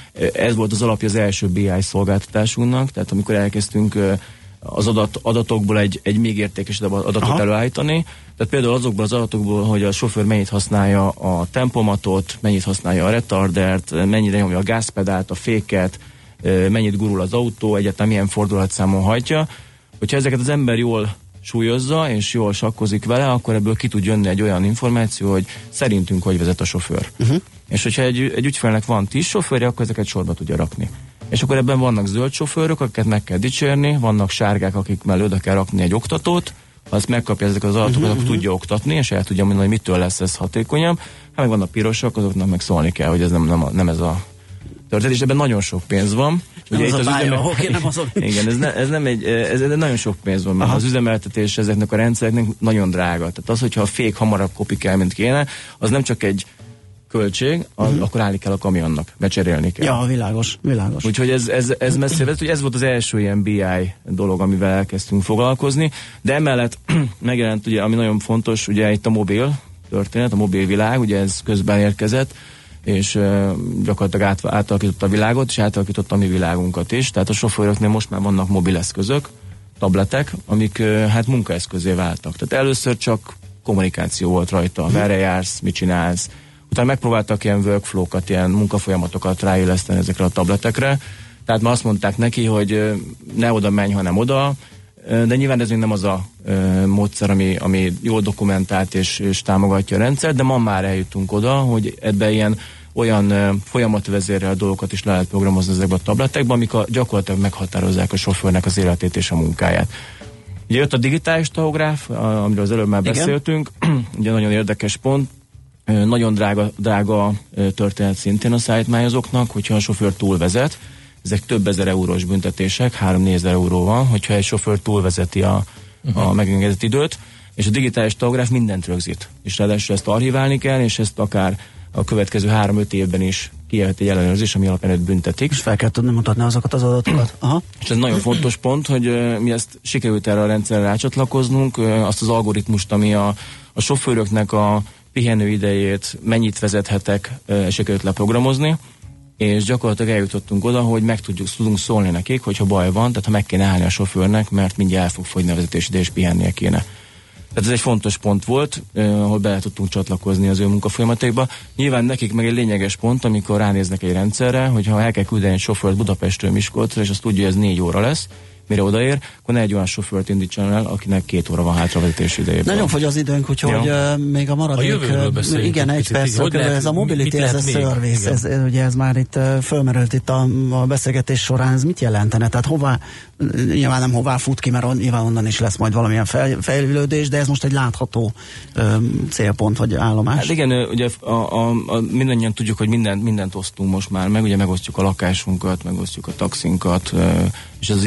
ez volt az alapja az első bé i szolgáltatásunknak, tehát amikor elkezdtünk az adat, adatokból egy, egy még értékesebb adatot Aha. előállítani, tehát például azokból az adatokból, hogy a sofőr mennyit használja a tempomatot, mennyit használja a retardert, mennyire nyomja a gázpedált, a féket, mennyit gurul az autó, egyáltalán milyen fordulatszámon hajtja. Hogyha ezeket az ember jól súlyozza, és jól sakkozik vele, akkor ebből ki tud jönni egy olyan információ, hogy szerintünk hogy vezet a sofőr. Uh-huh. És hogyha egy, egy ügyfélnek van tíz sofőrje, akkor ezeket sorba tudja rakni. És akkor ebben vannak zöld sofőrök, akiket meg kell dicsérni, vannak sárgák, akik mellé oda kell rakni egy oktatót, ha ezt megkapja ezeket az adatokat, uh-huh. akkor tudja oktatni, és el tudja mondani, hogy mitől lesz ez hatékonyabb. Hát meg vannak pirosak, azoknak meg szólni kell, hogy ez nem, nem, nem ez a történet, és ebben nagyon sok pénz van. Ugye az itt az üzemel... okay, nem az igen, ez, ne, ez nem egy, ez, ez nagyon sok pénz van, mert Aha. az üzemeltetés ezeknek a rendszereknek nagyon drága. Tehát az, hogyha a fék hamarabb kopik el, mint kéne, az nem csak egy költség, az, uh-huh. akkor állni kell a kamionnak, becserélni kell. Ja, világos, világos. Úgyhogy ez, ez, ez messzire vezet, hogy ez volt az első ilyen bé i dolog, amivel elkezdtünk foglalkozni, de emellett megjelent ugye, ami nagyon fontos, ugye itt a mobil történet, a mobil világ, ugye ez közben érkezett, és uh, gyakorlatilag át, átalakította a világot, és átalakította a mi világunkat is. Tehát a sofőröknél most már vannak mobileszközök, tabletek, amik uh, hát munkaeszközé váltak. Tehát először csak kommunikáció volt rajta, merre jársz, mit csinálsz. Utána megpróbáltak ilyen workflow-kat, ilyen munkafolyamatokat ráilleszteni ezekre a tabletekre. Tehát már azt mondták neki, hogy uh, ne oda menj, hanem oda, uh, de nyilván ez még nem az a uh, módszer, ami, ami jól dokumentált és, és támogatja a rendszert, de ma már eljutunk oda, hogy ebben ilyen olyan uh, folyamatvezérrel dolgokat is le lehet programozni ezekben a tabletekben, amik a, gyakorlatilag meghatározzák a sofőrnek az életét és a munkáját. Ugye jött a digitális tahográf, amiről az előbb már Igen. beszéltünk, ugye nagyon érdekes pont, uh, nagyon drága, drága uh, történet szintén a szállítmányozóknak, hogyha a sofőr túlvezet, ezek több ezer eurós büntetések, három-négyezer euró van, hogyha egy sofőr túlvezeti a, uh-huh. a megengedett időt, és a digitális tahográf mindent rögzít. És ráadásul ezt archiválni kell, és ezt akár a következő három-öt évben is kijöhet egy ellenőrzés, ami alapján őt büntetik. És fel kell tudni mutatni azokat az adatokat. Aha. És ez nagyon fontos pont, hogy uh, mi ezt sikerült erre a rendszerre rácsatlakoznunk, uh, azt az algoritmust, ami a, a sofőröknek a pihenő idejét, mennyit vezethetek, uh, sikerült leprogramozni, és gyakorlatilag eljutottunk oda, hogy meg tudjuk, tudunk szólni nekik, hogyha baj van, tehát ha meg kéne állni a sofőrnek, mert mindjárt el fog fogyni a vezetés ide, és pihennie kéne. Tehát ez egy fontos pont volt, eh, ahol bele tudtunk csatlakozni az ő munkafolyamataiba. Nyilván nekik meg egy lényeges pont, amikor ránéznek egy rendszerre, hogyha el kell küldeni egy sofőrt Budapestről Miskolcra, és azt tudja, hogy ez négy óra lesz, mire odaér, akkor ne egy olyan sofőrt indítson el, akinek két óra van hátra vezetési idejében. Nagyon fogy az időnk, úgyhogy ja. még a maradék... A jövőről beszéljünk. Igen, egy perc, ez a mobility, ez a service, ez, ugye ez már itt fölmerült itt a, a beszélgetés során, ez mit jelentene? Tehát hová, nyilván nem hová fut ki, mert on, nyilván onnan is lesz majd valamilyen fel, fejlődés, de ez most egy látható ö, célpont, vagy állomás. Hát igen, ugye a, a, a, mindannyian tudjuk, hogy mindent, mindent osztunk most már, meg ugye megosztjuk a lakásunkat, megosztjuk a taxinkat, ö, és az világ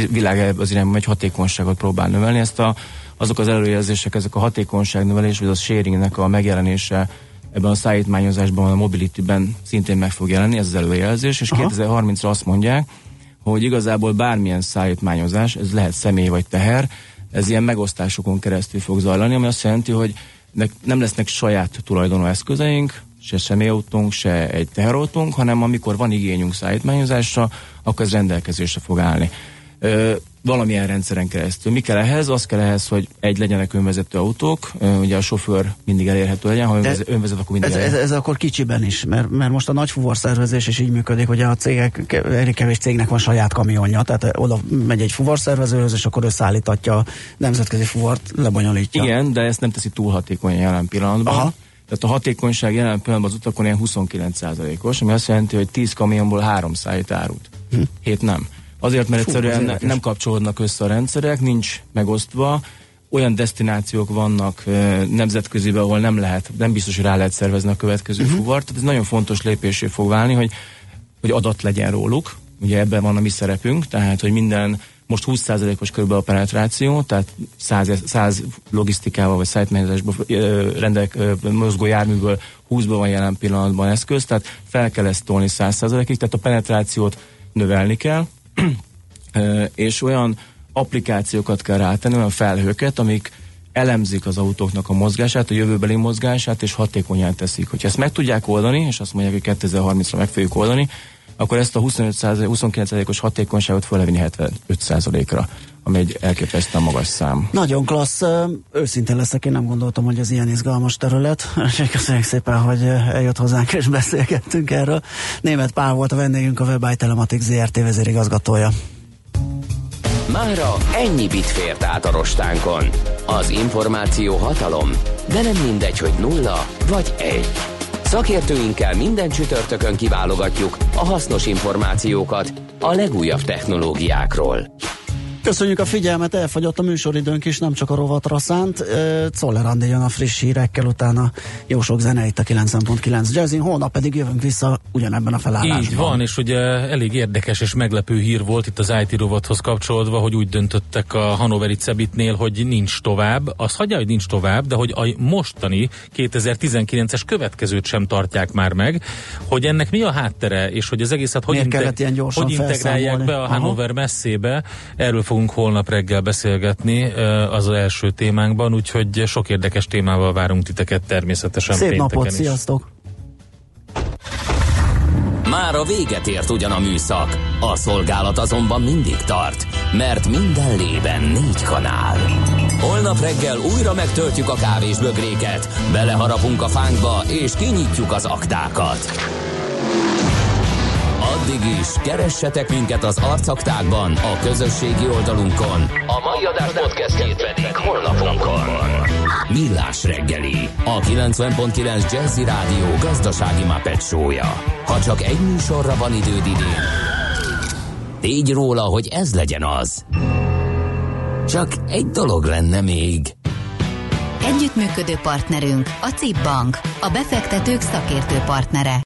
ugye az irányban egy hatékonyságot próbál növelni. Ezt a, azok az előjelzések, ezek a hatékonyság növelés, vagy a sharingnek a megjelenése ebben a szállítmányozásban, a mobility-ben szintén meg fog jelenni, ez az előjelzés, és Aha. kétezer-harmincra azt mondják, hogy igazából bármilyen szállítmányozás, ez lehet személy vagy teher, ez ilyen megosztásokon keresztül fog zajlani, ami azt jelenti, hogy nem lesznek saját tulajdonú eszközeink, se személyautónk, se egy teherautónk, hanem amikor van igényünk szállítmányozásra, akkor ez rendelkezésre fog állni. Ö, valamilyen rendszeren keresztül. Mi kell ehhez? Az kell ehhez, hogy egy legyenek önvezető autók, ö, ugye a sofőr mindig elérhető legyen, ha önvezet, önvezet, akkor mindig ez, ez, ez akkor kicsiben is, mert, mert most a nagy fuvarszervezés is így működik, hogy a cégek, elég kevés cégnek van saját kamionja, tehát oda megy egy fuvarszervezőhöz, és akkor ő szállítatja a nemzetközi fuvart, lebonyolítja. Igen, de ezt nem teszi túl hatékony jelen pillanatban. Aha. Tehát a hatékonyság jelen pillanatban az utakon ilyen huszonkilenc százalékos, ami azt jelenti, hogy tíz kamionból három szállít árut. Hm. hét nem. Azért, mert Fú, egyszerűen ne, nem kapcsolódnak össze a rendszerek, nincs megosztva, olyan desztinációk vannak e, nemzetköziben, ahol nem lehet, nem biztos, hogy rá lehet szervezni a következő uh-huh. fuvart. Tehát ez nagyon fontos lépésé fog válni, hogy, hogy adat legyen róluk. Ugye ebben van a mi szerepünk, tehát, hogy minden, most húsz százalékos körülbelül a penetráció, tehát száz logisztikával vagy szállítmányozásban rendelk, mozgó járműből húszban van jelen pillanatban eszköz, tehát fel kell ezt tolni száz százalékig, tehát a penetrációt növelni kell, és olyan applikációkat kell rátenni, olyan felhőket, amik elemzik az autóknak a mozgását, a jövőbeli mozgását, és hatékonyan teszik. Hogyha ezt meg tudják oldani, és azt mondják, hogy kétezer-harmincra meg fogjuk oldani, akkor ezt a huszonöt százalék, huszonkilenc százalékos hatékonyságot felvinni hetvenöt százalékra, ami egy elképesztően magas szám. Nagyon klassz. Őszintén leszek, én nem gondoltam, hogy ez ilyen izgalmas terület. Köszönjük szépen, hogy eljött hozzánk és beszélgettünk erről. Németh Pál volt a vendégünk, a WebEye Telematics zé er té vezérigazgatója. Mára ennyi bit fért át a rostánkon. Az információ hatalom, de nem mindegy, hogy nulla vagy egy. Szakértőinkkel minden csütörtökön kiválogatjuk a hasznos információkat a legújabb technológiákról. Köszönjük a figyelmet, elfogyott a műsoridőnk is, nem csak a rovatra szánt. Czoller Andi jön a friss hírekkel, utána jó sok zene itt a kilencven pont kilenc Jazzin, holnap pedig jövünk vissza ugyanebben a felállásban. Így van, és ugye elég érdekes és meglepő hír volt itt az i té rovathoz kapcsolódva, hogy úgy döntöttek a hannoveri Cebitnél, hogy nincs tovább. Az hagyja, hogy nincs tovább, de hogy a mostani kétezer-tizenkilences következőt sem tartják már meg, hogy ennek mi a háttere, és hogy az egészet hogy, integ- hogy integrálják be a Hannover messzébe, erről fogunk holnap reggel beszélgetni az, az első témánkban, úgyhogy sok érdekes témával várunk titeket természetesen. Szép napot, is. Sziasztok! Már a véget ért ugyan a műszak, a szolgálat azonban mindig tart, mert minden lében négy kanál. Holnap reggel újra megtöltjük a kávésbögréket, beleharapunk a fánkba és kinyitjuk az aktákat. Addig is keressetek minket az arcaktákban, a közösségi oldalunkon. A mai adás podcastjét pedig honlapunkon. Millás reggeli, a kilencven pont kilenc Jazzy Rádió gazdasági Muppet show-ja. Ha csak egy műsorra van időd idén, tégy róla, hogy ez legyen az. Csak egy dolog lenne még. Együttműködő partnerünk a cé i bé Bank, a befektetők szakértő partnere.